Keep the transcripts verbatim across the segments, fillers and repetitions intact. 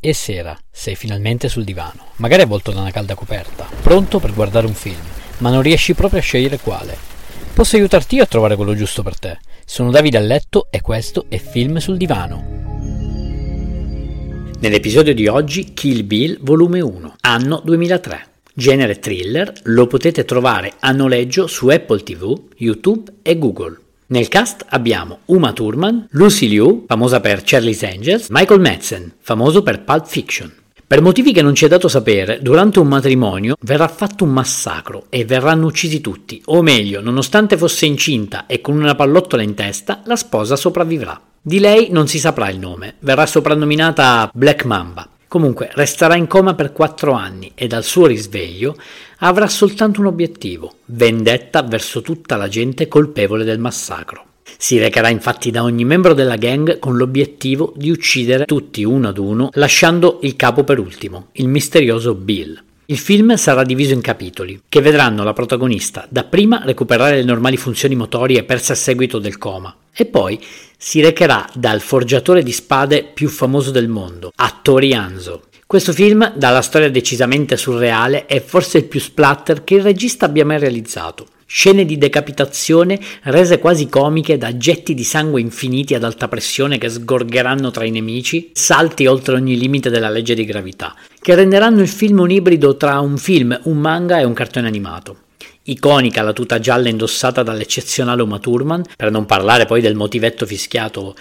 E sera, sei finalmente sul divano, magari avvolto da una calda coperta, pronto per guardare un film, ma non riesci proprio a scegliere quale. Posso aiutarti io a trovare quello giusto per te. Sono Davide a letto e questo è Film sul divano. Nell'episodio di oggi Kill Bill volume uno, anno duemilatré. Genere thriller, lo potete trovare a noleggio su Apple tivù, YouTube e Google. Nel cast abbiamo Uma Thurman, Lucy Liu, famosa per Charlie's Angels, Michael Madsen, famoso per Pulp Fiction. Per motivi che non ci è dato sapere, durante un matrimonio verrà fatto un massacro e verranno uccisi tutti, o meglio, nonostante fosse incinta e con una pallottola in testa, la sposa sopravvivrà. Di lei non si saprà il nome, verrà soprannominata Black Mamba. Comunque resterà in coma per quattro anni e dal suo risveglio avrà soltanto un obiettivo: vendetta verso tutta la gente colpevole del massacro. Si recherà infatti da ogni membro della gang con l'obiettivo di uccidere tutti uno ad uno, lasciando il capo per ultimo, il misterioso Bill. Il film sarà diviso in capitoli, che vedranno la protagonista dapprima recuperare le normali funzioni motorie perse a seguito del coma, e poi si recherà dal forgiatore di spade più famoso del mondo, Hattori Hanzo. Questo film, dalla storia decisamente surreale, è forse il più splatter che il regista abbia mai realizzato. Scene di decapitazione rese quasi comiche da getti di sangue infiniti ad alta pressione che sgorgeranno tra i nemici, salti oltre ogni limite della legge di gravità, che renderanno il film un ibrido tra un film, un manga e un cartone animato. Iconica la tuta gialla indossata dall'eccezionale Uma Thurman, per non parlare poi del motivetto fischiato.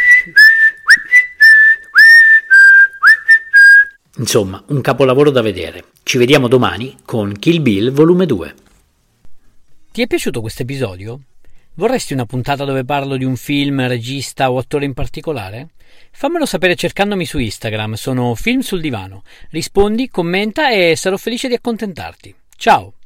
Insomma, un capolavoro da vedere. Ci vediamo domani con Kill Bill volume due. Ti è piaciuto questo episodio? Vorresti una puntata dove parlo di un film, regista o attore in particolare? Fammelo sapere cercandomi su Instagram, sono Film sul divano. Rispondi, commenta e sarò felice di accontentarti. Ciao!